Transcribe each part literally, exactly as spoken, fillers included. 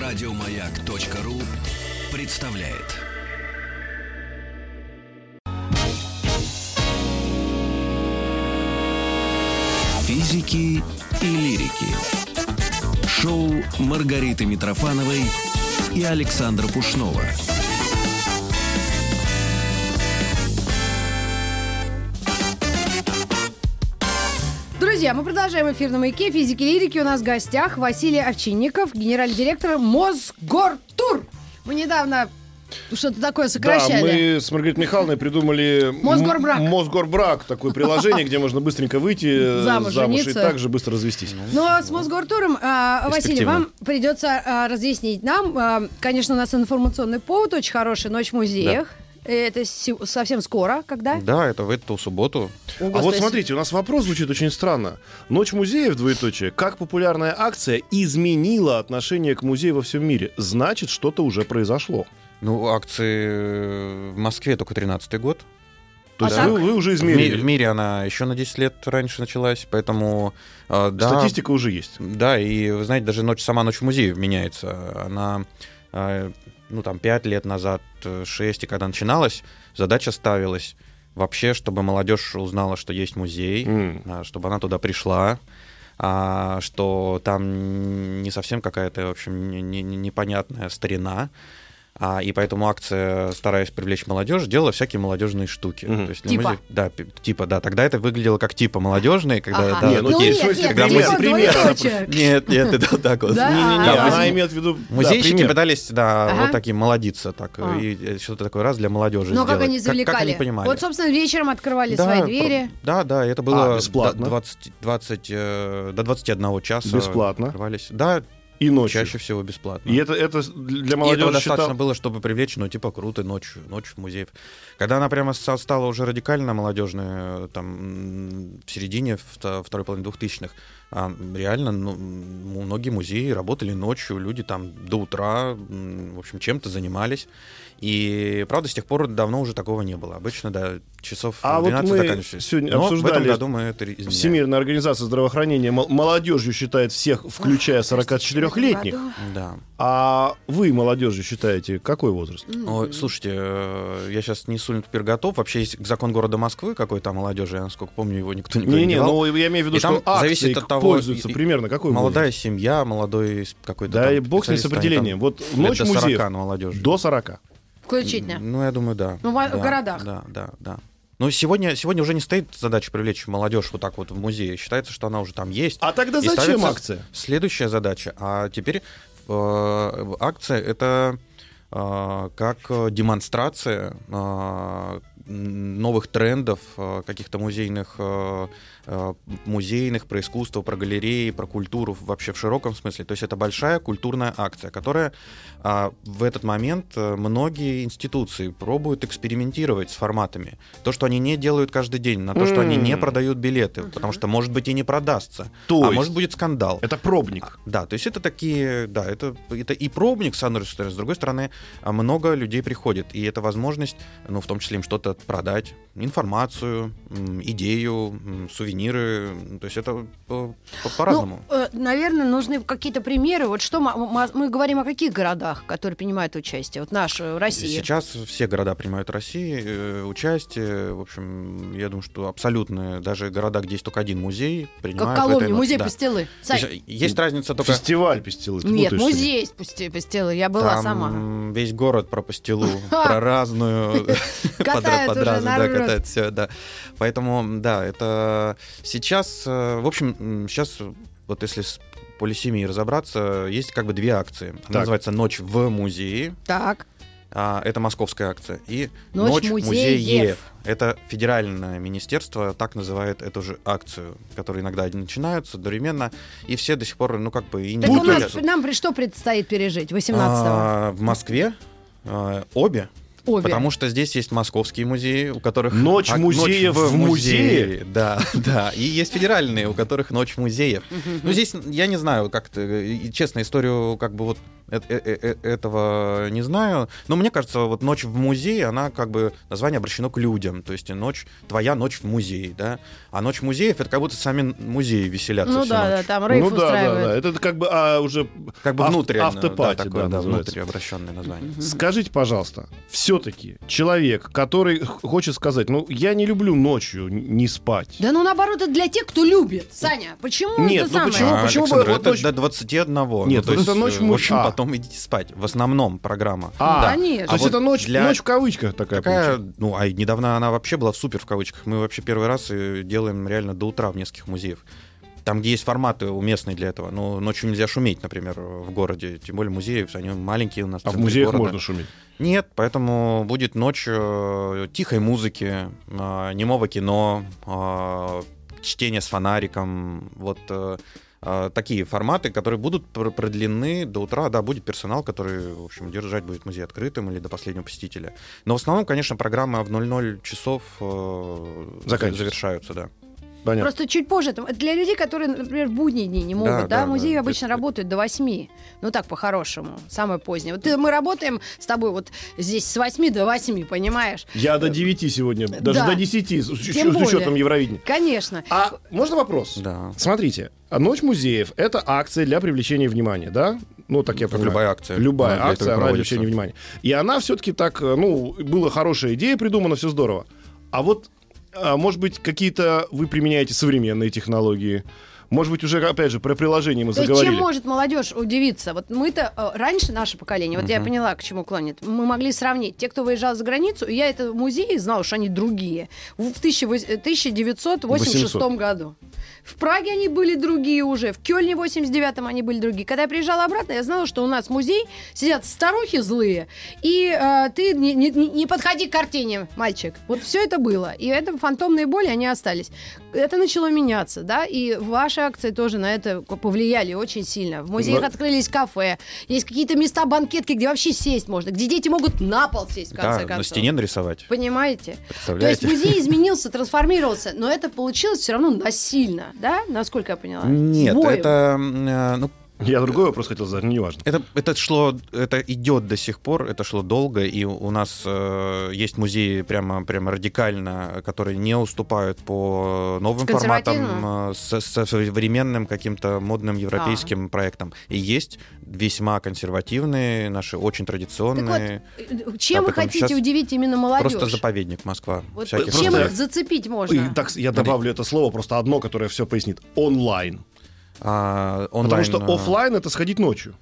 Радиомаяк.ру представляет. Физики и лирики. Шоу Маргариты Митрофановой и Александра Пушнова. Друзья, мы продолжаем эфир на Маяке. Физики и лирики. У нас в гостях Василий Овчинников, генеральный директор Мосгортур. Мы недавно что-то такое сокращали. Да, мы с Маргаритой Михайловной придумали Мосгорбрак. М- Мосгорбрак, такое приложение, где можно быстренько выйти замуж, замуж и также быстро развестись. Ну, а с Мосгортуром, а, Василий, вам придется а, разъяснить нам. А, конечно, у нас информационный повод очень хороший, «Ночь в музеях». Да. Это совсем скоро, когда? Да, это в эту субботу. О, а вот смотрите, у нас вопрос звучит очень странно. «Ночь музеев», двоеточие, как популярная акция изменила отношение к музею во всем мире? Значит, что-то уже произошло. Ну, акции в Москве только тринадцатый год. То есть а вы, вы уже измерили? В, ми- в мире она еще на десять лет раньше началась, поэтому... Э, да, статистика уже есть. Да, и, вы знаете, даже ночь, сама «Ночь в музеев» меняется. Она... Э, ну, там, пять лет назад, шесть, и когда начиналась, задача ставилась вообще, чтобы молодежь узнала, что есть музей, mm. чтобы она туда пришла, что там не совсем какая-то, в общем, не, не, непонятная старина. А, и поэтому акция, стараясь привлечь молодежь, делала всякие молодежные штуки. Mm-hmm. То есть типа? Музей, да, типа, да. Тогда это выглядело как типа молодежные, когда... Ага. Да, нет, ну, окей, нет, нет, когда нет, мы... пример. Нет, нет, это вот так вот. Да? Не-не-не, Да, она музей... имеет в виду... Музейщики да, пытались, да, ага. вот таким молодиться, так, а. и что-то такое раз для молодежи Но сделать. как они завлекали? Как, как они понимали. Вот, собственно, вечером открывали да, свои двери. Да, да, это было а, бесплатно? двадцать, двадцать, до двадцати одного часа. Бесплатно? Открывались. Да, и ночью. Чаще всего бесплатно. И это, это для молодежи и этого достаточно считал... было, чтобы привлечь, ну, типа, круто, ночь, ночь в музеев. Когда она прямо стала уже радикально молодежная, там, в середине, второй половины двухтысячных, а реально, ну, многие музеи работали ночью, люди там до утра, в общем, чем-то занимались. И, правда, с тех пор давно уже такого не было. Обычно, да, часов а двенадцать вот мы заканчивались. сегодня Но обсуждали, в этом году мы это изменяем. Всемирная организация здравоохранения молодежью считает всех, включая сорокачетырёхлетних. Да. А вы молодежью считаете какой возраст? Ой, слушайте, я сейчас не суль теперь готов. Вообще есть закон города Москвы какой-то о молодежи, я, насколько помню, его никто не Не-не, принимал. ну я имею в виду, и что акции зависит от того, пользуются и, примерно какой молодая возраст? семья, молодой какой-то... Да там, и бог с ним с определением. там, Вот «Ночь до музеев» сорока на молодежи. до сорока. Включительно. Ну, я думаю, да. Ну, в, да, в городах. Да, да, да. Но сегодня, сегодня уже не стоит задача привлечь молодежь вот так вот в музее. Считается, что она уже там есть. А тогда и зачем акция? Следующая задача. А теперь э, акция — это э, как демонстрация э, новых трендов, э, каких-то музейных, э, э, музейных, про искусство, про галереи, про культуру вообще в широком смысле. То есть это большая культурная акция, которая э, в этот момент э, многие институции пробуют экспериментировать с форматами. То, что они не делают каждый день, на то, что они не продают билеты, uh-huh. потому что, может быть, и не продастся, то а есть может будет скандал. Это пробник. Да, то есть это такие, да, это, это и пробник, с одной стороны, с другой стороны, много людей приходит, и это возможность, ну, в том числе им что-то продать, информацию, идею, сувениры, то есть это по- по- по-разному. Ну, э, наверное, нужны какие-то примеры. Вот что мы, мы говорим о каких городах, которые принимают участие? Вот наша Россия. Сейчас все города принимают в России э, участие. В общем, я думаю, что абсолютно даже города, где есть только один музей, принимают как в этой... Коломне, музей да. Пастилы. Есть, есть разница только... Фестиваль Пастилы. Нет, музей Пастилы. Я была Там сама. Весь город про пастилу, про разную... Катают уже народ. Катают все, да. Поэтому, да, это сейчас... В общем, сейчас, вот если с полисемией разобраться, есть как бы две акции. Она называется «Ночь в музее». Так. А, это московская акция. И «Ночь, «Ночь музеев». музеев». Это федеральное министерство так называет эту же акцию, которые иногда начинаются одновременно, и все до сих пор, ну, как бы... И не так у нас, путают. нам что предстоит пережить восемнадцатого? А, в Москве а, обе. Обе. Потому что здесь есть московские музеи, у которых... Ночь а, музеев ночь в музее? музее. Да, да. И есть федеральные, у которых ночь музеев. Ну, здесь, я не знаю, как-то, честно, историю как бы вот э- э- э- этого не знаю. Но мне кажется, вот «Ночь в музее», она как бы название обращено к людям. То есть ночь, твоя ночь в музее, да? А «Ночь музеев» — это как будто сами музеи веселятся Ну всю да, ночь. да, там рейв Ну да, да, устраивают. да. Это как бы а, уже Как бы ав- внутренне. автопати, да, такое, да, да, называется. внутрь обращенное название. Скажите, пожалуйста, все-таки человек, который х- хочет сказать, ну, я не люблю ночью не спать. Да ну наоборот, это для тех, кто любит. Саня, почему Нет, это ну самое? почему? А, почему бы Александр, вот это ночь- до двадцати одного. Нет, ну, то вот это есть, ночь э, в В му- общем, а. потом идите спать. В основном программа. А, Да. Конечно. то есть А это вот ночь, для- ночь в кавычках такая. Такая, получается. ну, а недавно она вообще была в супер в кавычках. Мы вообще первый раз э, делаем реально до утра в нескольких музеях. Там, где есть форматы уместные для этого. Но ночью нельзя шуметь, например, в городе. Тем более музеи, они маленькие у нас. А в центре музеях города. можно шуметь. Нет, поэтому будет ночь э, тихой музыки, э, немого кино, э, чтение с фонариком. Вот э, э, такие форматы, которые будут пр- продлены до утра. Да, будет персонал, который, в общем, держать будет музей открытым или до последнего посетителя. Но в основном, конечно, программы в ноль ноль часов э, Заканчиваются. завершаются, да. Понятно. Просто чуть позже. Это для людей, которые, например, в будние дни не могут, Да, да? да, Музеи да. обычно Это- работают до восьми. Ну так, по-хорошему. Самое позднее. Вот ты- мы работаем с тобой вот здесь с восьми до восьми, понимаешь? Я до девяти сегодня, даже Да. до десяти, с, с- Тем с более. учетом Евровидения. Конечно. А можно вопрос? Да. Смотрите, а «Ночь музеев» — это акция для привлечения внимания, да? Ну, так я понимаю. Любая акция. Любая Она для акция, этого она для проводится. привлечения внимания. И она все-таки так, э, ну, была хорошая идея придумана, все здорово. А вот, а, может быть, какие-то вы применяете современные технологии? Может быть, уже, опять же, про приложение мы То есть заговорили. чем может молодежь удивиться? Вот мы-то э, раньше, наше поколение, вот я поняла, к чему клонит, мы могли сравнить. Те, кто выезжал за границу, и я это в музее знала, что они другие. В тысяча вось- тысяча девятьсот восемьдесят шестом году. В Праге они были другие уже, в Кёльне в восемьдесят девятом они были другие. Когда я приезжала обратно, я знала, что у нас музей, сидят старухи злые, и э, ты не, не- не подходи к картине, мальчик. Вот все это было. И это фантомные боли, они остались. Это начало меняться, да, и ваши акции тоже на это повлияли очень сильно. В музеях Но- открылись кафе, есть какие-то места, банкетки, где вообще сесть можно, где дети могут на пол сесть, в конце Да, концов. на стене нарисовать. Понимаете? То есть Представляете? музей изменился, трансформировался, но это получилось все равно насильно, да? Насколько я поняла? Нет, С боем. это, э, ну, Я другой вопрос хотел задать, но неважно. Это, это шло, это идет до сих пор, это шло долго, и у нас э, есть музеи прямо, прямо радикально, которые не уступают по новым форматам, Консервативным? э, со, со современным каким-то модным европейским проектам. И есть весьма консервативные, наши очень традиционные. Так вот, чем А вы потом хотите щас удивить именно молодежь? Просто заповедник Москва. Вот всяких чем Просто- их зацепить И можно? так, я добавлю это слово, просто одно, которое все пояснит. Онлайн. А, Потому онлайн, что э, офлайн — это сходить ночью.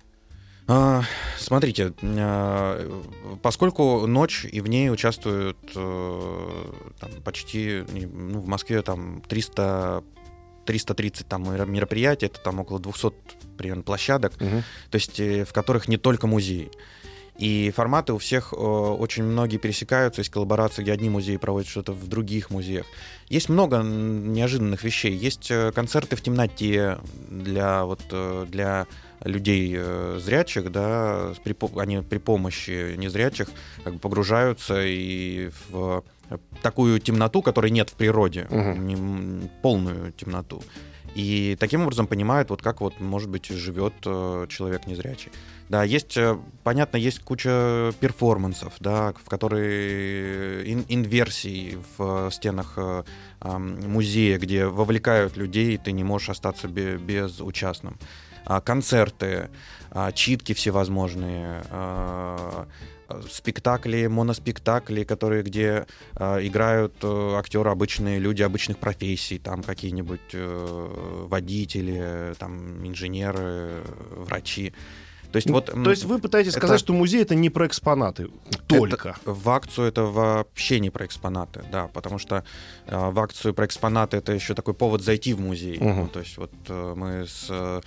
А, Смотрите, а, поскольку ночь и в ней участвуют э, там, почти, не, ну, в Москве там триста, триста тридцать там мероприятий, это там около двухсот примерно площадок, Мгм. то есть э, в которых не только музей. И форматы у всех э, очень многие пересекаются, есть коллаборации, где одни музеи проводят что-то в других музеях. Есть много м, неожиданных вещей. Есть э, концерты в темноте для, вот, э, для людей э, зрячих, да, с при, по- они при помощи незрячих как бы погружаются и в такую темноту, которой нет в природе, Мгм. не, м, полную темноту. И таким образом понимают, вот как вот, может быть, живет э, человек незрячий. Да, есть, э, понятно, есть куча перформансов, да, в которые ин- инверсий в стенах э, ам, музея, где вовлекают людей, и ты не можешь остаться бе- безучастным. А, концерты, а, читки всевозможные, а, спектакли, моноспектакли, которые, где э, играют э, актеры обычные, люди обычных профессий, там какие-нибудь э, водители, там инженеры, врачи. То есть, вот, м, То есть вы пытаетесь это- сказать, что музей — это не про экспонаты только. это- в акцию это вообще не про экспонаты, да, потому что э, в акцию про экспонаты это еще такой повод зайти в музей. Мгм. Ну, то есть вот э, мы с э,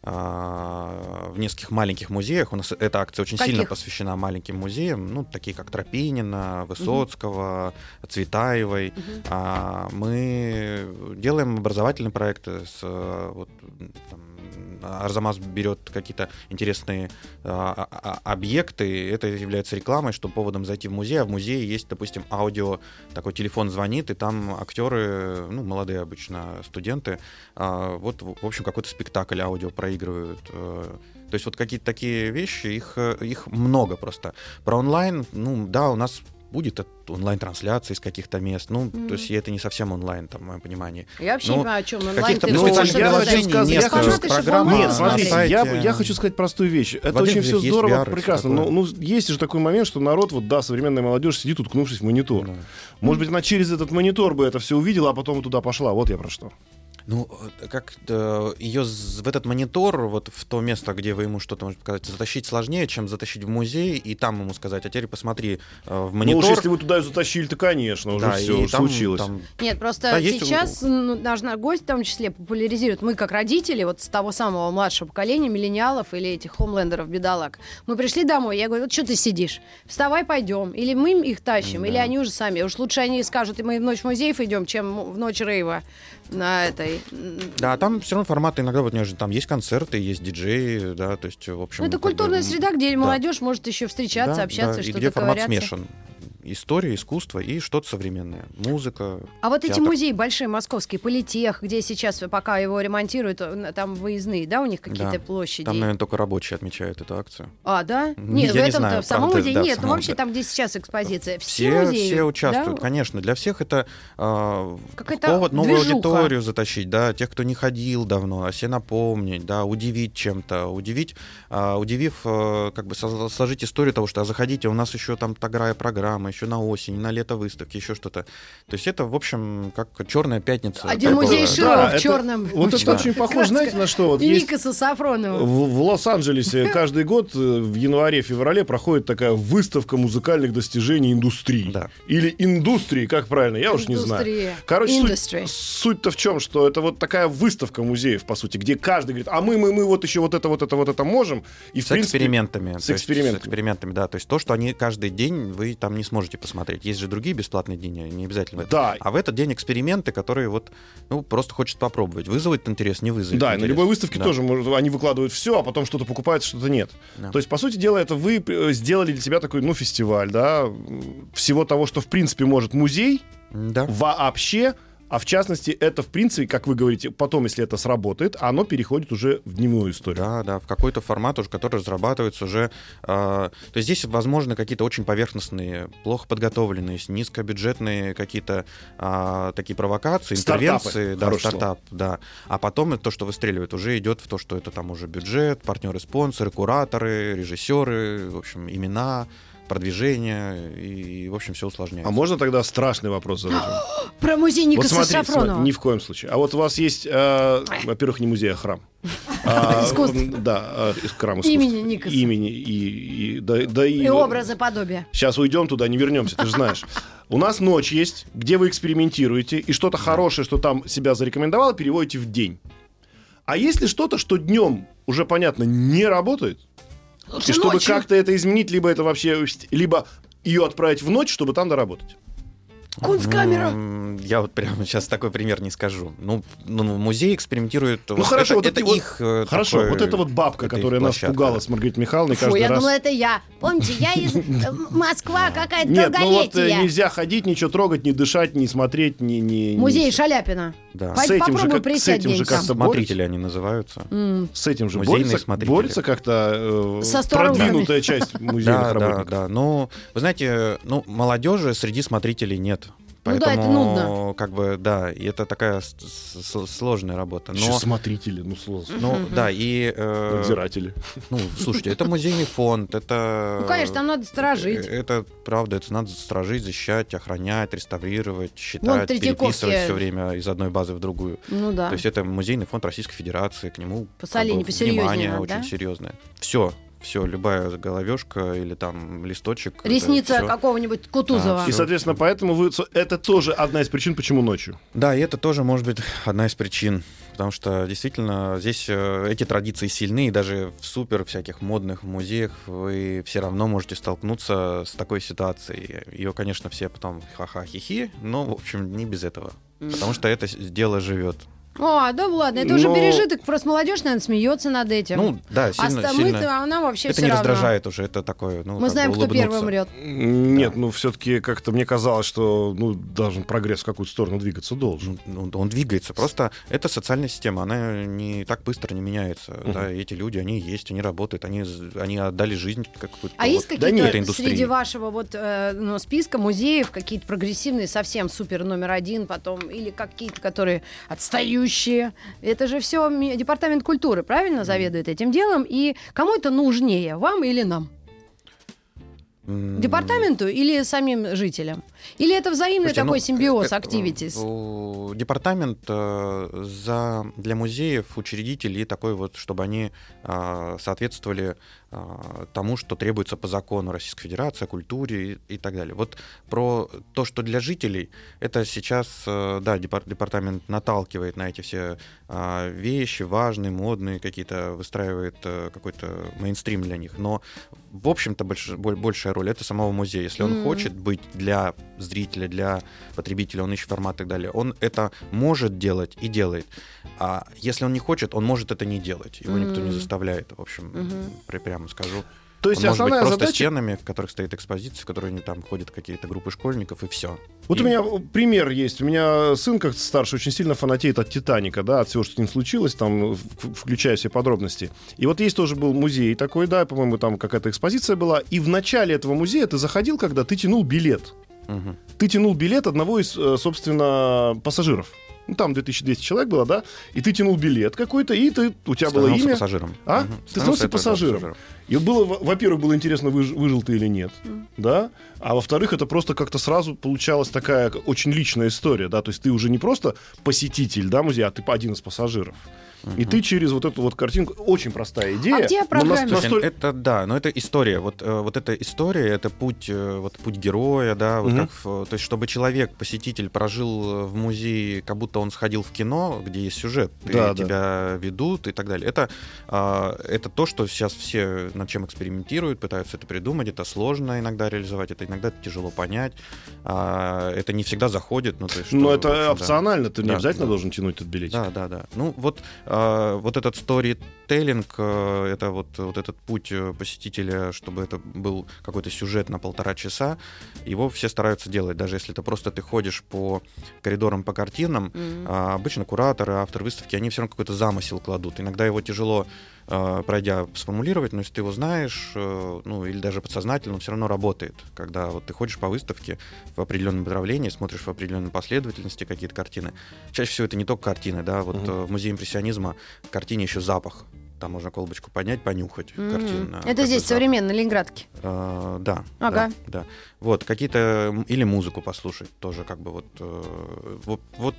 а, в нескольких маленьких музеях. У нас эта акция очень Каких? сильно посвящена маленьким музеям, ну, такие как Тропинина, Высоцкого, Цветаевой. Мгм. А, мы делаем образовательные проекты с, э, вот, там, Арзамас берет какие-то интересные а, а, объекты, это является рекламой, что поводом зайти в музей, а в музее есть, допустим, аудио, такой телефон звонит, и там актеры, ну, молодые обычно студенты, а, вот, в общем, какой-то спектакль аудио проигрывают. То есть вот какие-то такие вещи, их, их много просто. Про онлайн, ну, да, у нас будет онлайн-трансляции из каких-то мест. Ну, mm-hmm. то есть это не совсем онлайн, там, в моем понимании. Я вообще Но не понимаю, о чем онлайн. Каких-то Ты специальных я приложений хочу сказать, нет, я хочу- программы Нет, Нет, на смотрите, сайте. я, я хочу сказать простую вещь. Это Во-первых, очень все есть здорово, ви ар и прекрасно. всё Но такое. ну, есть же такой момент, что народ, вот да, современная молодежь сидит, уткнувшись в монитор. Да. Может быть, она через этот монитор бы это все увидела, а потом туда пошла. Вот я про что. Ну, как э, ее в этот монитор, вот в то место, где вы ему что-то можете показать, затащить сложнее, чем затащить в музей и там ему сказать, а теперь посмотри э, в монитор. Ну уж если вы туда и затащили, то, конечно, уже Да, все, и уже там- случилось. там Нет, просто Да, есть сейчас ну, наш на- гость в том числе популяризирует. Мы, как родители, вот с того самого младшего поколения, миллениалов или этих хомлендеров, бедолаг, мы пришли домой, я говорю, вот что ты сидишь? Вставай, пойдем. Или мы их тащим, Да. или они уже сами. Уж лучше они скажут, и мы в ночь музеев идем, чем в ночь рейва на этой. Да, там все равно форматы иногда вот неожиданно. Там есть концерты, есть диджеи, да, то есть, в общем... Ну, это как бы, культурная м, среда, где да. молодежь может еще встречаться, Да, общаться, да, и что-то где формат ковыряться. смешан. История, искусство и что-то современное. Музыка, А вот эти театр. музеи большие, московские, Политех, где сейчас, пока его ремонтируют, э, там выездные, да, у них какие-то Да. площади? Там, наверное, только рабочие отмечают эту акцию. А, да? Ну, Нет, я в не этом-то, знаю, в самом правда, музее да, в нет, ну самом, вообще да. там, где сейчас экспозиция. Все, Все, музеи, все участвуют, да? конечно. Для всех это э, Какая-то повод новую движуха. аудиторию затащить, да, тех, кто не ходил давно, о себе напомнить, да, удивить чем-то, удивить, э, удивив, э, как бы со- сложить историю того, что а заходите, у нас еще там такая программа, еще на осень, на лето выставки, еще что-то. То есть это, в общем, как черная пятница. Один такого- музей Да, Шилова в это- черном. Вот это Да. очень похоже, знаете, на что? Вот И есть Никаса Сафронова. в, в Лос-Анджелесе каждый год э, в январе-феврале проходит такая выставка музыкальных достижений индустрии. Да. Или индустрии, как правильно, я уж не знаю. Индустрия. Короче, Industry. суть, суть-то в чем, что это вот такая выставка музеев, по сути, где каждый говорит, а мы, мы, мы вот еще вот это, вот это, вот это можем. И, в С принципе, экспериментами. с то есть экспериментами. С экспериментами, да. То есть то, что они каждый день вы там не сможете посмотреть. Есть же другие бесплатные дни, не обязательно в этот. Да. А в этот день эксперименты, которые вот, ну, просто хочется попробовать. Вызовет интерес, не вызовет Да, и на интерес. любой выставке Да. тоже может, они выкладывают все, а потом что-то покупают, что-то нет. Да. То есть, по сути дела, это вы э, сделали для себя такой, ну, фестиваль, да, м, всего того, что, в принципе, может музей Да. вообще, а в частности, это, в принципе, как вы говорите, потом, если это сработает, оно переходит уже в дневную историю. Да, да, в какой-то формат уже, который разрабатывается уже. Э, то есть здесь, возможно, какие-то очень поверхностные, плохо подготовленные, низкобюджетные какие-то э, такие провокации, Стартапы. интервенции, да, Хорошее стартап, да. А потом это то, что выстреливает, уже идет в то, что это там уже бюджет, партнеры, спонсоры, кураторы, режиссеры, в общем, имена, продвижение и, в общем, все усложняется. А можно тогда страшный вопрос задать вам? Про музей Вот Никаса смотрите, Сафронова. смотри, ни в коем случае. А вот у вас есть, э, во-первых, не музей, а храм. А, Искусств. м, Да, э, храм искусств. Имени Никаса. Имени и, и- да, да и, И образы подобия. Сейчас уйдем туда, не вернемся, ты же знаешь. У нас ночь есть, где вы экспериментируете, и что-то хорошее, что там себя зарекомендовало, переводите в день. А если что-то, что днем уже, понятно, не работает, Лучше и чтобы ночью. как-то это изменить, либо это вообще, либо ее отправить в ночь, чтобы там доработать. Кунсткамера. М, Я вот прямо сейчас такой пример не скажу. Ну, ну, музей экспериментирует. Ну вот хорошо, это, вот это эти вот- их. э, Хорошо, такой- вот эта вот бабка, это их которая нас площадка. пугала с Маргаритой Михайловной Фу, каждый я раз. думала, это я. Помните, я из э, Москва какая-то Нет, ну вот э, долголетия. нельзя ходить, ничего трогать, не дышать, не смотреть, не... не не- Музей Шаляпина. Да. Пойди С этим же попробуй как- с присядь этим же где-нибудь как-то там. Смотрители они называются. М. С этим же Музейные борется, смотрители. борется как-то э, Со старухами. продвинутая часть музейных Да, да, работников. да. Ну, вы знаете, ну, молодежи среди смотрителей нет. Ну да, Поэтому, это нудно. как бы, да, и это такая с- с- сложная работа. Еще Но, смотрители, ну сложно. ну, да, и... э, Надзиратели. ну, слушайте, это музейный фонд, это... Ну, конечно, там надо сторожить. Э, Это, правда, это надо сторожить, защищать, охранять, реставрировать, считать, Третьяковке- переписывать все время из одной базы в другую. Ну да. То есть это музейный фонд Российской Федерации, к нему Посолиднее, как бы, посерьезнее внимание надо, очень да? серьезное. Все, все, любая головешка или там листочек. это Ресница всё. какого-нибудь Кутузова. Да, И, всё. соответственно, поэтому вы, это тоже одна из причин, почему ночью. Да, и это тоже может быть одна из причин. Потому что действительно здесь э, эти традиции сильны, и даже в супер всяких модных музеях вы все равно можете столкнуться с такой ситуацией. Ее, конечно, все потом ха-ха-хи-хи, но, в общем, не без этого. Потому что это с- дело живет. А, да ладно, это Но- уже пережиток, просто молодежь, наверное, смеется над этим. Ну, да, сильно, а сильно. мы-то, она вообще Это все не равно. раздражает уже, это такое, ну, Мы как знаем, бы кто первый улыбнуться. умрет. Нет, ну все-таки как-то мне казалось, что ну, должен прогресс в какую-то сторону двигаться должен. Ну, он двигается. Просто это социальная система, она не так быстро не меняется. Мгм. Да, и эти люди, они есть, они работают, они, они отдали жизнь какую-то. А есть Да какие-то нет. этой индустрии. среди вашего вот э, ну, списка музеев какие-то прогрессивные, совсем супер номер один потом, или какие-то, которые отстающие? Это же все департамент культуры, правильно, заведует этим делом? И кому это нужнее, вам или нам? М, Департаменту или самим жителям? Или это взаимный слушайте, такой ну, симбиоз, э, э, активитис? у- Департамент э, за, для музеев, учредителей такой вот, чтобы они э, соответствовали э, тому, что требуется по закону Российской Федерации, о культуре и, и так далее. Вот про то, что для жителей, это сейчас, э, да, депар- департамент наталкивает на эти все э, вещи, важные, модные какие-то, выстраивает э, какой-то мейнстрим для них. Но, в общем-то, больш- боль- большая роль это самого музея. Если он М. хочет быть для зрителя, для потребителя, он ищет формат и так далее, он это может делать и делает. А если он не хочет, он может это не делать. Его никто не М. заставляет, в общем, Мгм. при- прямо скажу. То есть Он может быть основная просто задача... стенами, в которых стоит экспозиция, в которой они, там ходят какие-то группы школьников, и все. Вот у меня пример есть. У меня сын, как старший, очень сильно фанатеет от «Титаника», да, от всего, что с ним случилось, там, в- включая все подробности. И вот есть тоже был музей такой, да, по-моему, там какая-то экспозиция была. И в начале этого музея ты заходил, когда ты тянул билет. Мгм. Ты тянул билет одного из, э, собственно, пассажиров. Ну, там две тысячи двести человек было, да? И ты тянул билет какой-то, и ты, у тебя было Становился имя. пассажиром. А? Мгм. Ты становился это, да, пассажиром. И было, во- во-первых, было интересно, выж- выжил ты или нет, да? А во-вторых, это просто как-то сразу получалась такая очень личная история, да? То есть ты уже не просто посетитель, да, музея, а ты один из пассажиров. И ты через вот эту вот картинку, очень простая идея. А где но программа? нас- Слушай, настоль- это да, но это история. Вот, э, вот эта история, это путь, э, вот путь героя, да, вот Мгм. как в- то есть, чтобы человек, посетитель, прожил в музее, как будто он сходил в кино, где есть сюжет, и Да, да. тебя ведут и так далее. Это, а, это то, что сейчас все над чем экспериментируют, пытаются это придумать. Это сложно иногда реализовать, это иногда тяжело понять. А, это не всегда заходит. Ну, то есть, Но что, в это общем, да. опционально, ты не Да, обязательно да. должен тянуть этот билетик. Да, да, да. Ну вот, а, вот этот сторителлинг, а, это вот, вот этот путь э, посетителя, чтобы это был какой-то сюжет на полтора часа, его все стараются делать, даже если это просто ты ходишь по коридорам, по картинам, Мгм. а, обычно кураторы, автор выставки, они все равно какой-то замысел кладут. Иногда его тяжело, а, пройдя, сформулировать, но если ты его знаешь, э, ну или даже подсознательно, он все равно работает. Когда вот ты ходишь по выставке в определенном направлении, смотришь в определенной последовательности какие-то картины. Чаще всего это не только картины, да, вот Мгм. э, в музее импрессионизма в картине еще запах. Там можно колбочку поднять, понюхать Мгм. картину. Это какой здесь запах. современно, Ленинградки. А, да, Ага. да, да. Вот, какие-то... м, Или музыку послушать тоже, как бы вот... э, вот, вот,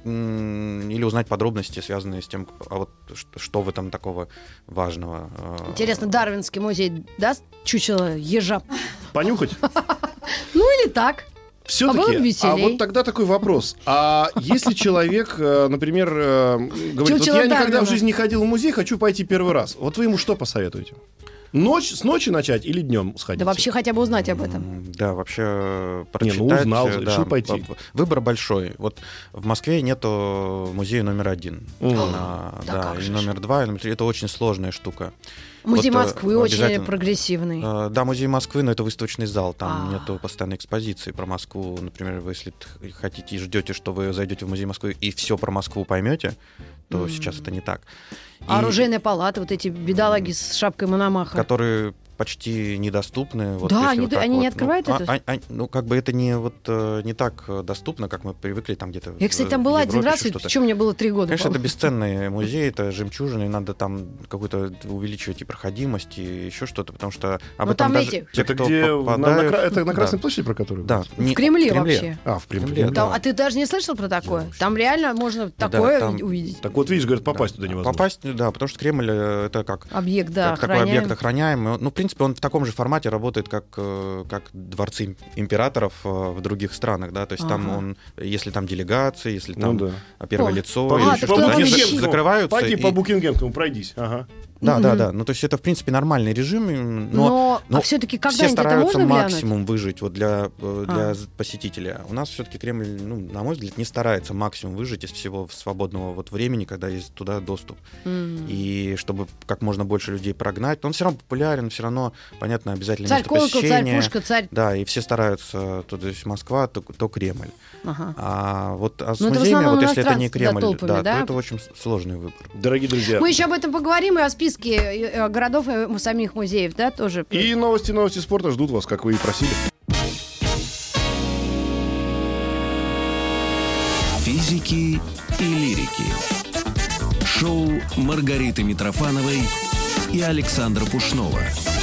м, или узнать подробности, связанные с тем, а вот ш- что в этом такого важного. э, Интересно, Дарвинский музей даст чучело ежа? Понюхать? Ну или так. А было бы Все-таки, а, веселей. вот тогда такой вопрос. А если человек, э, например, э, говорит, вот Чучело я никогда Дарвина. в жизни не ходил в музей, хочу пойти первый раз. Вот вы ему что посоветуете? Ночь, с ночи начать или днем сходить? Да вообще хотя бы узнать об этом. М, Да, вообще э, Не, ну, прочитать. узнал, э, решил да, пойти. в- в- Выбор большой. Вот в Москве нету музея номер один. Мгм. А, Да да, как и же ж. номер два, и номер три. Это очень сложная штука. Музей Вот, э, Москвы очень обязательно. прогрессивный. Э, Да, музей Москвы, но это выставочный зал, там А. нету постоянной экспозиции про Москву. Например, вы если т- хотите и ждете, что вы зайдете в музей Москвы и все про Москву поймете, то М. сейчас это не так. И- А оружейная палата, вот эти бедолаги с шапкой Мономаха. которые почти недоступны. Вот Да, если они вот д- так они вот. не открывают ну, это? а- а- а- ну, как бы это не, вот, э, не так э, доступно, как мы привыкли там где-то. Я, в- кстати, там в была Европе, один раз, еще и что-то. причем мне было три года. Конечно, это по-моему. бесценный музей, это жемчужина, и надо там какую-то увеличивать и проходимость, и еще что-то, потому что об Ну, этом там даже эти- те, Это кто где? На- на попадают- Кра- это на Красной Да. площади, про которую? Да, В Кремле вообще. А, в Кремле. Кремле, Там- да. а ты даже не слышал про такое? вообще. Там реально можно Да, такое там- увидеть. Так вот, видишь, говорят, попасть Да. туда невозможно. Попасть, да, потому что Кремль э, это как Объект, да, как такой охраняем. объект охраняемый. Ну, в принципе, он в таком же формате работает, как, э, как дворцы им- императоров э, в других странах, да, то есть там Ага. он, если там делегации, если Ну там да. первое О. лицо, А, или так что-то, туда они надо за- щит. закрываются. Пойди и- по Букингемскому, пройдись. Ага. Да, Мгм. да, да. Ну, то есть это, в принципе, нормальный режим, но, Но, но а все-таки все когда-нибудь это стараются можно глянуть? максимум выжить вот для, э, для А. з- посетителя. У нас все-таки Кремль, ну, на мой взгляд, не старается максимум выжить из всего свободного вот времени, когда есть туда доступ. М. И чтобы как можно больше людей прогнать. Он все равно популярен, все равно, понятно, обязательно Царь место колокол, царь посещения. пушка, царь... Да, и все стараются, то, то есть Москва, то, то Кремль. Ага. А вот а с Ну, это в музеями, основном вот если это не иностранцы, да, Кремль, толпами, да, да? то это очень с- сложный выбор. Дорогие друзья. Мы еще об этом поговорим и о списке э, городов и самих музеев, да, тоже. И новости, новости спорта ждут вас, как вы и просили. Физики и лирики. Шоу Маргариты Митрофановой и Александра Пушнова.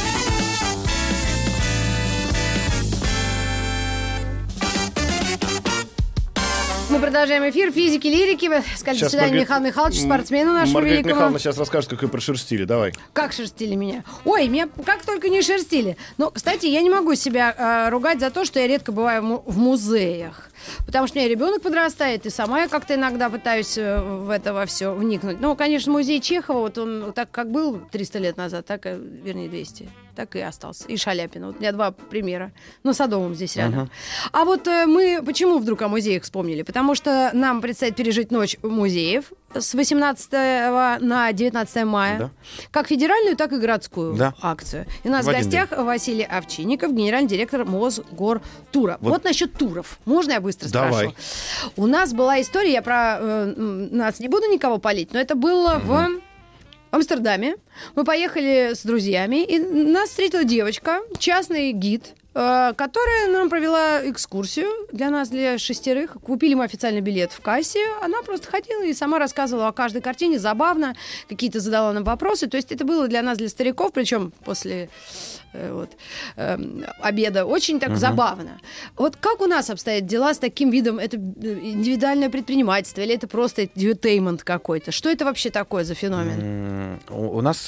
Мы продолжаем эфир физики, лирики. Сказали, до Сейчас свидания, Маргарита- Михаил Михайлович, спортсмену нашему Маргарита великому. Михайловна сейчас расскажет, как вы прошерстили. Давай. Как шерстили меня? Ой, меня как только не шерстили. Но, кстати, я не могу себя э, ругать за то, что я редко бываю в, му- в музеях. Потому что у меня ребенок подрастает, и сама я как-то иногда пытаюсь э, в это во все вникнуть. Ну, конечно, музей Чехова, вот он так как был триста лет назад, так, и, вернее, двести, так и остался. И Шаляпина. Вот у меня два примера. На Садовом здесь рядом. Ага. А вот э, мы почему вдруг о музеях вспомнили? Потому что нам предстоит пережить ночь музеев с восемнадцатого на девятнадцатое мая. Да. Как федеральную, так и городскую Да. акцию. И у нас В в один гостях Василий Овчинников, генеральный директор Мосгортура. Вот, Вот. насчет туров. Можно я быстро Давай. спрошу? У нас была история, я про э, м, нас не буду никого палить, но это было в Амстердаме. Мы поехали с друзьями, и нас встретила девочка, частный гид, э, которая нам провела экскурсию для нас, для шестерых. Купили мы официальный билет в кассе. Она просто ходила и сама рассказывала о каждой картине, забавно, какие-то задала нам вопросы. То есть это было для нас, для стариков, причем после э, вот, эм, обеда, очень так Мгм. забавно. Вот как у нас обстоят дела с таким видом? Это э, индивидуальное предпринимательство или это просто дьютеймент какой-то? Что это вообще такое за феномен? М, У у нас э,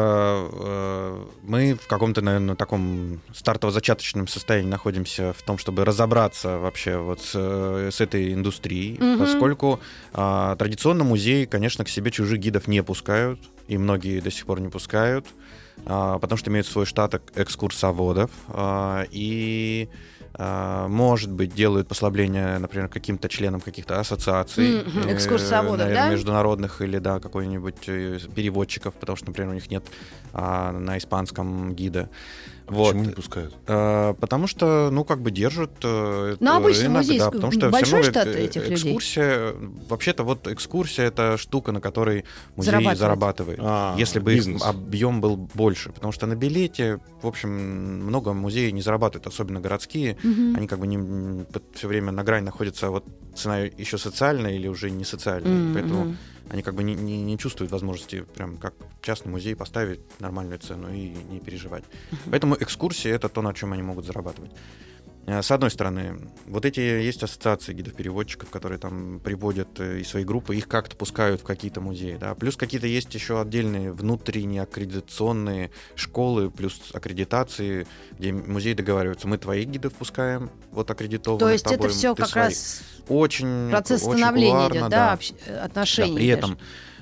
э, мы в каком-то, наверное, таком стартово-зачаточном состоянии находимся в том, чтобы разобраться вообще вот с, э, с этой индустрией, Мгм. поскольку а, традиционно музеи, конечно, к себе чужих гидов не пускают, и многие до сих пор не пускают, а, потому что имеют свой штат эк- экскурсоводов, а, и а, может быть, делают послабления, например, каким-то членам каких-то ассоциаций, Мгм, э, экскурсоводов, наверное, да? международных или, да, какой-нибудь э, переводчиков, потому что, например, у них нет а, на испанском гида. Вот. Почему не пускают? А, потому что, ну, как бы держат э, Ну, э, обычно рынок, музей да, ск- потому что всё большой равно штат э, этих людей? экскурсия, вообще-то вот экскурсия — это штука, на которой музей Зарабатывает. зарабатывает, А, если бы их бизнес. объем был больше, потому что на билете, в общем, много музеев не зарабатывают, особенно городские, Мгм. они как бы не, все время на грани находятся, вот цена еще социальная или уже не социальная, Мгм. поэтому они как бы не, не, не чувствуют возможности прям как частный музей поставить нормальную цену и не переживать. Поэтому экскурсии — это то, на чем они могут зарабатывать. Э, С одной стороны, вот эти есть ассоциации гидов-переводчиков, которые там приводят э, и свои группы, их как-то пускают в какие-то музеи, да. Плюс какие-то есть еще отдельные внутренние аккредитационные школы, плюс аккредитации, где музеи договариваются: мы твоих гидов пускаем, вот аккредитованных То есть это тобой, все ты как своих. раз Очень, процесс очень становления кулуарно, идет, да, общ- отношений. да, при даже. этом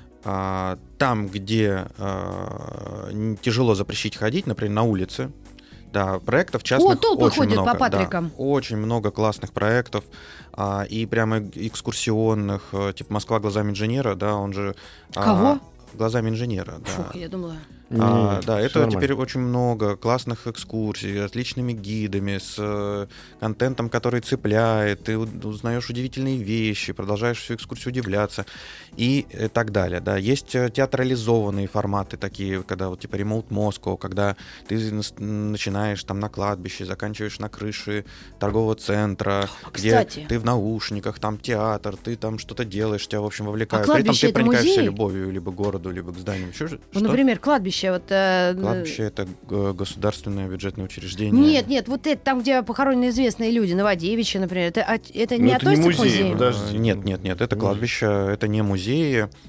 а, там, где а, н- тяжело запрещить ходить, например, на улице, да, проектов частных толпы очень ходят по много. да, Патрикам. очень много классных проектов, а, и прямо экскурсионных, а, типа «Москва глазами инженера», да, он же... а, Кого? «Глазами инженера», да. Фух, я думала. А, Не, да, всё это нормально. теперь очень много классных экскурсий, с отличными гидами, с э, контентом, который цепляет, ты у- узнаешь удивительные вещи, продолжаешь всю экскурсию удивляться и э, так далее. Да. Есть э, театрализованные форматы такие, когда вот типа Remote Moscow, когда ты нас- начинаешь там на кладбище, заканчиваешь на крыше торгового центра, А, где кстати. ты в наушниках, там театр, ты там что-то делаешь, тебя, в общем, вовлекают. А При этом кладбище ты это проникаешься музей? любовью либо к городу, либо к зданию. Чё же- Ну, что? например, кладбище. Вот, э, Кладбище — это г- государственное бюджетное учреждение. Нет, нет, вот это там, где похоронены известные люди, Новодевичье, например, это, а- это Ну, не это не относится к музей, музею? подожди. Нет, нет, нет, это Ну, кладбище, это не музеи.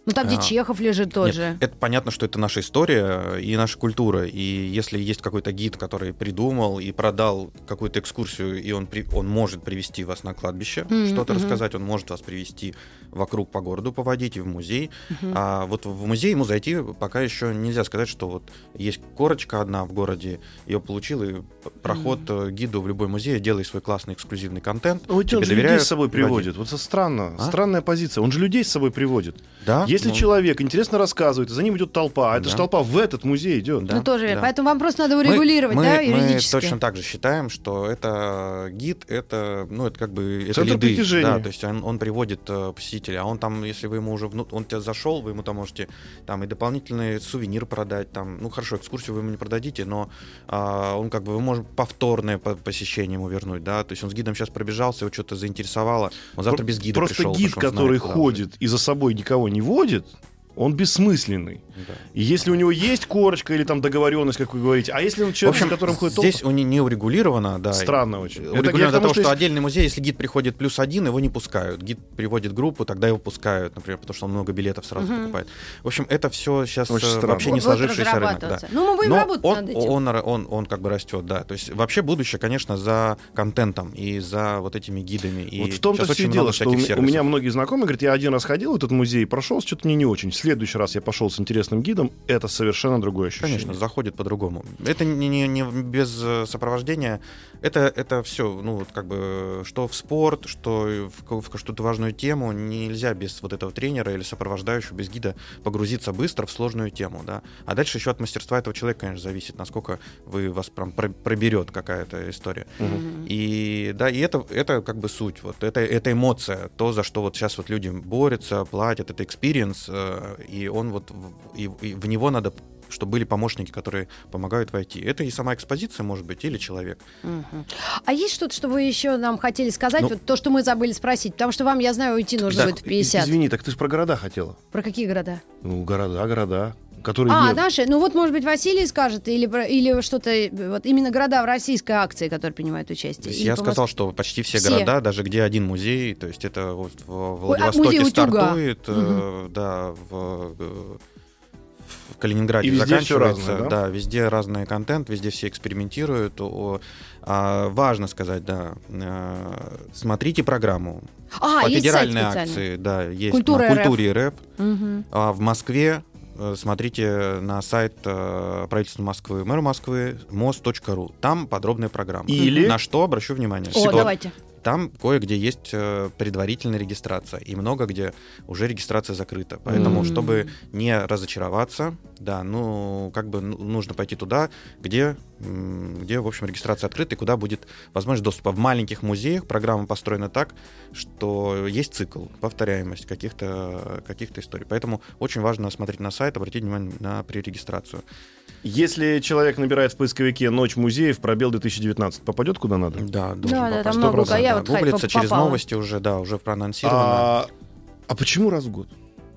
Ну, там, где А, Чехов лежит тот Нет, же. это понятно, что это наша история и наша культура. И если есть какой-то гид, который придумал и продал какую-то экскурсию, и он, при, он может привести вас на кладбище, Мгм, что-то мгм. рассказать, он может вас привести вокруг по городу, поводить и в музей. Мгм. А вот в музей ему зайти пока еще нельзя сказать, что вот есть корочка одна в городе, ее получил, и п- проход э, гиду в любой музей, делай свой классный эксклюзивный контент. Ну, ведь тебе он же людей доверяют, с собой вводи. приводит. Вот это странно. А? Странная позиция. Он же людей с собой приводит. Да? Если Ну, человек интересно рассказывает, и за ним идет толпа, а это Да. же толпа в этот музей идет. Да, Ну, тоже верно. да. Поэтому вам просто надо Мы- урегулировать, мы, да, мы юридически. точно так же считаем, что это гид, это, ну, это как бы это Центр лиды, притяжения. да, то есть он, он приводит э, посетителя, а он там, если вы ему уже, вну- он тебя зашел, вы ему там можете там и дополнительный сувенир продать, там, ну хорошо, экскурсию вы ему не продадите, но а, он как бы, вы можете повторное по- посещение ему вернуть, да, то есть он с гидом сейчас пробежался, его что-то заинтересовало, он завтра Про- без гида Просто пришел, гид, потому что он который знает, куда ходит и за собой никого не водит, он бессмысленный. уже. Да. И если у него есть корочка или там договоренность, как вы говорите, а если он В человек, общем, с которым ходит толпа, здесь у не, не урегулировано, да. странно очень. Это Урегулировано я к до тому, того, что, что есть- отдельный музей, если гид приходит плюс один, его не пускают. Гид приводит группу, тогда его пускают, например, потому что он много билетов сразу Мгм. покупает. В общем, это все сейчас Очень э, странно. вообще не Будет сложившийся рынок. Да. разрабатываться. Ну, мы будем Но работать он, над этим. Он, он, он как бы растет, да. То есть вообще будущее, конечно, за контентом и за вот этими гидами. И Вот в том-то сейчас все и очень дело, много что у, всяких м- у сервисов. меня многие знакомые говорят, я один раз ходил в этот музей, прошел, что-то мне не очень. В следующий раз я пошел с интересным гидом, это совершенно другое ощущение. Конечно, заходит по-другому. Это не, не, не без э, сопровождения. Это, это все, ну, вот как бы, что в спорт, что в, ка- в что-то важную тему, нельзя без вот этого тренера или сопровождающего, без гида погрузиться быстро в сложную тему, да. А дальше еще от мастерства этого человека, конечно, зависит, насколько вы вас прям про- проберет какая-то история. Мгм. И да, и это, это как бы суть, вот это, это эмоция, то, за что вот сейчас вот люди борются, платят, это экспириенс, э, и он вот, в- и, и в него надо, чтобы были помощники, которые помогают войти. Это и сама экспозиция, может быть, или человек. Мгм. А есть что-то, что вы еще нам хотели сказать? Ну- Вот то, что мы забыли спросить. Потому что вам, я знаю, уйти нужно Да. будет в пятьдесят. Извини, так ты же про города хотела. Про какие города? Ну, города, города, которые А, нет. наши? Ну вот, может быть, Василий скажет, или, про- или что-то, э, вот именно города в российской акции, которые принимают То участие. есть Или я по сказал, Москве. что почти все, Все. города, даже где один музей, то есть это вот в Ой, а Владивостоке музей Утюга. стартует, э, да, в, э, в Калининграде И везде всё заканчивается, разное, да? везде разный контент, везде все экспериментируют. О, а, важно сказать, да, э, смотрите программу. А, По есть сайт федеральной специальный. акции, да, есть Культура на РФ. Культуре РФ. Мгм. А в Москве э, смотрите на сайт э, правительства Москвы, мэра Москвы, мост точка ру. Там подробная программа. Или- На что обращу внимание. О, Что давайте. там кое-где есть э, предварительная регистрация, и много где уже регистрация закрыта. Поэтому, М. чтобы не разочароваться, да, ну, как бы ну, нужно пойти туда, где, м, где, в общем, регистрация открыта, и куда будет возможность доступа. В маленьких музеях программа построена так, что есть цикл, повторяемость каких-то каких историй. Поэтому очень важно смотреть на сайт, обратить внимание на пререгистрацию. Если человек набирает в поисковике «Ночь музеев», пробел две тысячи девятнадцать, попадет куда надо? Да, должен Да, да, попасть. там много. сто А я Да, вот хай- гуглится через попала. новости уже, да, уже проанонсировано. А, а почему раз в год?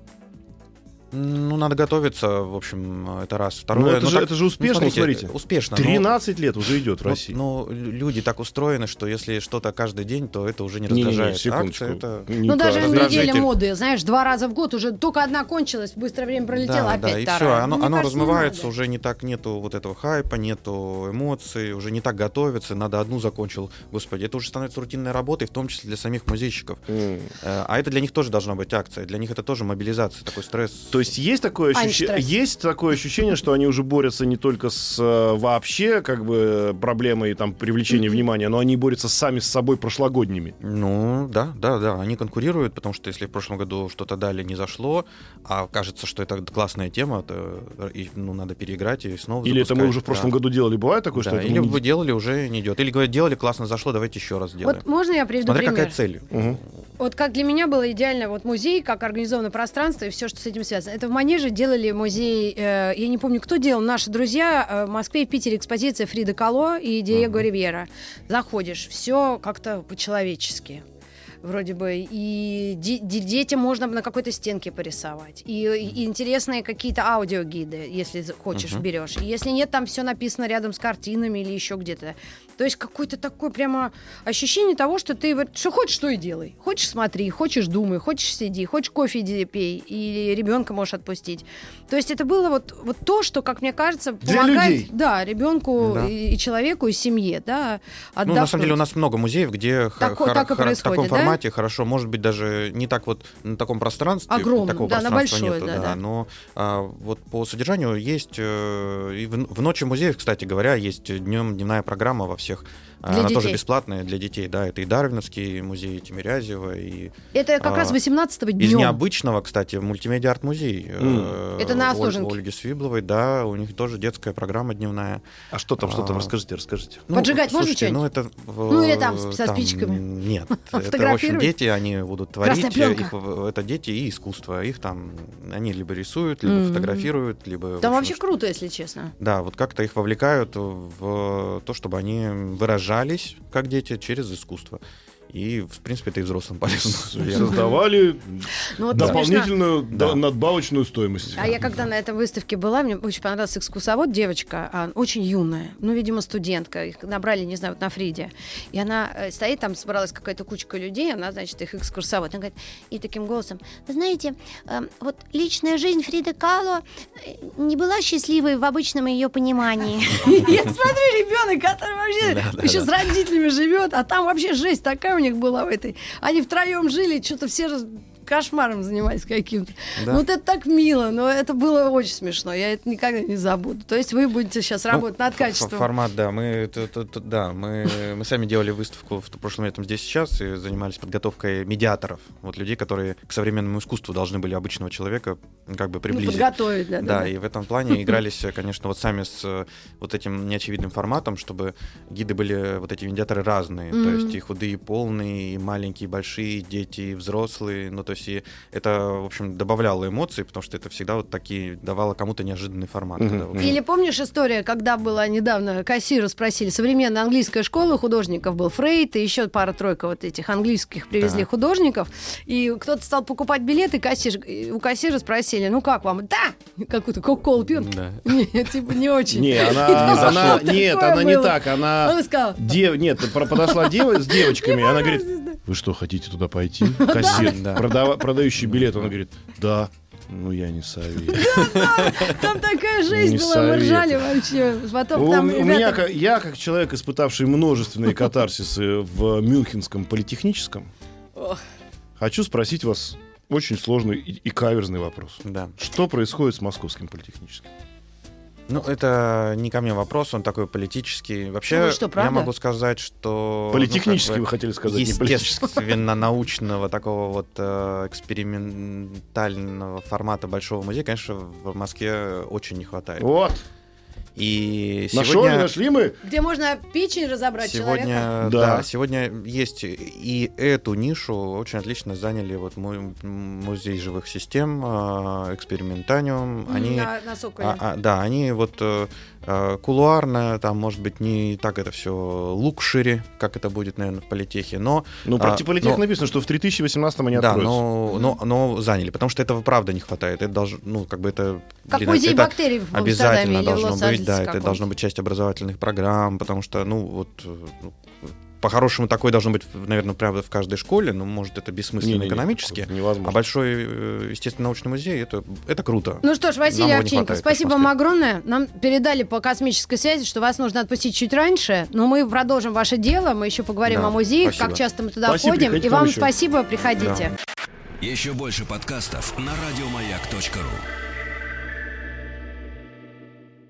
Ну, надо готовиться, в общем, это раз. Второе, Ну, это, ну, же, так- это же успешно, ну, смотрите. Успешно. но- тринадцать лет уже идет в но- России. Но люди так устроены, что если что-то каждый день, то это уже не Не-не-не, раздражает. секундочку. Акция это... Не Ну, даже каждый. раздражитель. неделя моды, знаешь, два раза в год уже только одна кончилась, быстрое время пролетело, Да, опять да, и вторая. все, оно, Ну, мне оно кажется, не размывается, надо. уже не так, нету вот этого хайпа, нету эмоций, уже не так готовится, надо одну закончил. Господи, это уже становится рутинной работой, в том числе для самих музейщиков. М. Э, А это для них тоже должна быть акция, для них это тоже мобилизация, такой стресс. То есть есть такое, ощущение, Айн-стресс. есть такое ощущение, что они уже борются не только с э, вообще как бы проблемой там, привлечения внимания, но они борются сами с собой прошлогодними. Ну, да, да, да, они конкурируют, потому что если в прошлом году что-то дали, не зашло, а кажется, что это классная тема, то и, ну, надо переиграть и снова Или это мы запускать, уже в прошлом да. году делали, бывает такое, Да, что это или мы вы не- делали, уже не идет. Или говорят, делали, классно зашло, давайте еще раз сделаем. Вот можно я приведу Смотря пример? какая цель. Мгм. Вот как для меня было идеально вот музей, как организованное пространство и все, что с этим связано. Это в Манеже делали музей, э, я не помню, кто делал, наши друзья, э, в Москве и в Питере экспозиция Фрида Кало и Диего Мгм. Ривьера. Заходишь, все как-то по-человечески. вроде бы, и де- де- детям можно на какой-то стенке порисовать, и, и интересные какие-то аудиогиды, если хочешь, uh-huh. берешь. И если нет, там все написано рядом с картинами или еще где-то. То есть какое-то такое прямо ощущение того, что ты вот что хочешь, то и делай. Хочешь, смотри, хочешь, думай, хочешь, сиди, хочешь, кофе иди, пей, и ребенка можешь отпустить. То есть это было вот, вот то, что, как мне кажется, помогает да, ребенку да. И, и человеку, и семье. Да, ну, на самом деле у нас много музеев, где так, хор- так хор- в таком да? формате хорошо, может быть, даже не так вот на таком пространстве. Огромном, такого да, пространства на большое, нету, да, да, да. но а, вот по содержанию есть, э, и в, в ночи музеев, кстати говоря, есть днем дневная программа во всех. Для Она детей. тоже бесплатная для детей, да, это и Дарвиновский музей, и Тимирязева, и... Это как а, раз восемнадцатого днем. Из необычного, кстати, мультимедиа арт-музей. Mm. Э, это на Остоженке. У Ольги Свибловой, да, у них тоже детская программа дневная. А что там, что там, расскажите, расскажите. Ну, поджигать слушайте, можно ну, это, ну или там со там, спичками? Нет, это, в общем, дети, они будут творить, их, это дети и искусство. Их там, они либо рисуют, либо mm-hmm. фотографируют, либо... Там общем, вообще круто, если честно. Да, вот как-то их вовлекают в то, чтобы они выражались, как дети, через искусство. И, в принципе, это и взрослым полезно. Создавали ну, вот дополнительную да. надбавочную стоимость. А я когда на этой выставке была, мне очень понравился экскурсовод, девочка, а, очень юная, ну, видимо, студентка, их набрали, не знаю, вот на Фриде. И она э, стоит, там собралась какая-то кучка людей, она, значит, их экскурсовод. Она говорит, и таким голосом, вы знаете, э, вот личная жизнь Фриды Кало не была счастливой в обычном ее понимании. Я смотрю, ребенок, который вообще еще с родителями живет, а там вообще жесть такая у них была в этой. Они втроем жили, что-то все кошмаром занимались каким-то. Да. Ну, вот это так мило, но это было очень смешно. Я это никогда не забуду. То есть вы будете сейчас ну, работать над качеством. Формат, да. Мы, т, т, т, да, мы, мы сами делали выставку в прошлом летом здесь сейчас и занимались подготовкой медиаторов. Вот людей, которые к современному искусству должны были обычного человека как бы приблизить. Ну, подготовить, да. Да, да, да. И в этом плане игрались, конечно, вот сами с вот этим неочевидным форматом, чтобы гиды были, вот эти медиаторы разные. Mm-hmm. То есть и худые, и полные, и маленькие, и большие, дети, и взрослые. Ну, то есть и это, в общем, добавляло эмоций, потому что это всегда вот такие давало кому-то неожиданный формат. Mm-hmm. Когда, Или помнишь история, когда была недавно, кассира спросили, современная английская школа художников был Фрейд, и еще пара-тройка вот этих английских привезли да. художников, и кто-то стал покупать билеты, кассир, у кассира спросили, ну как вам? Да! Какую-то кока-колу пьют? Да. Нет, типа не очень. Не, она, она, нет, она не так, она... Она сказала... Дев, нет, подошла дев, с девочками, она говорит... Вы что, хотите туда пойти? Кассир, да. продава, продающий билет, он говорит, да, ну я не советую. Там такая жизнь была, мы ржали вообще. У меня, я как человек, испытавший множественные катарсисы в Мюнхенском политехническом, хочу спросить вас очень сложный и каверзный вопрос. Что происходит с Московским политехническим? Ну, это не ко мне вопрос, он такой политический. Вообще, ну, что, я могу сказать, что... Политехнический, ну, как бы, вы хотели сказать, не политический. Естественно-научного такого вот э, экспериментального формата Большого музея, конечно, в Москве очень не хватает. Вот. И Нашли, сегодня... нашли мы. Где можно печень разобрать сегодня, человека. Да. да, сегодня есть и эту нишу очень отлично заняли вот музей живых систем, экспериментаниум. Они, на, на а, а, да, они вот а, кулуарно, там, может быть, не так это все лукшери, как это будет, наверное, в политехе, но... Ну, про а, политех но, написано, что в две тысячи восемнадцатом они да, откроются. но, но, но заняли, потому что этого правда не хватает. Это должно, ну, как бы это... Как блин, музей это бактерий в обязательно или должно в быть, да, это должно быть часть образовательных программ, потому что, ну, вот, ну, по-хорошему такой должно быть, наверное, правда, в каждой школе, но, может, это бессмысленно не, экономически. Не, невозможно. А большой, естественно, научный музей, это, это круто. Ну что ж, Василий Овчинников, спасибо вам огромное. Нам передали по космической связи, что вас нужно отпустить чуть раньше, но мы продолжим ваше дело, мы еще поговорим да, о музеях, спасибо. Как часто мы туда спасибо, ходим. И вам еще. Спасибо, приходите. Да. Еще больше подкастов на радиомаяк точка ру.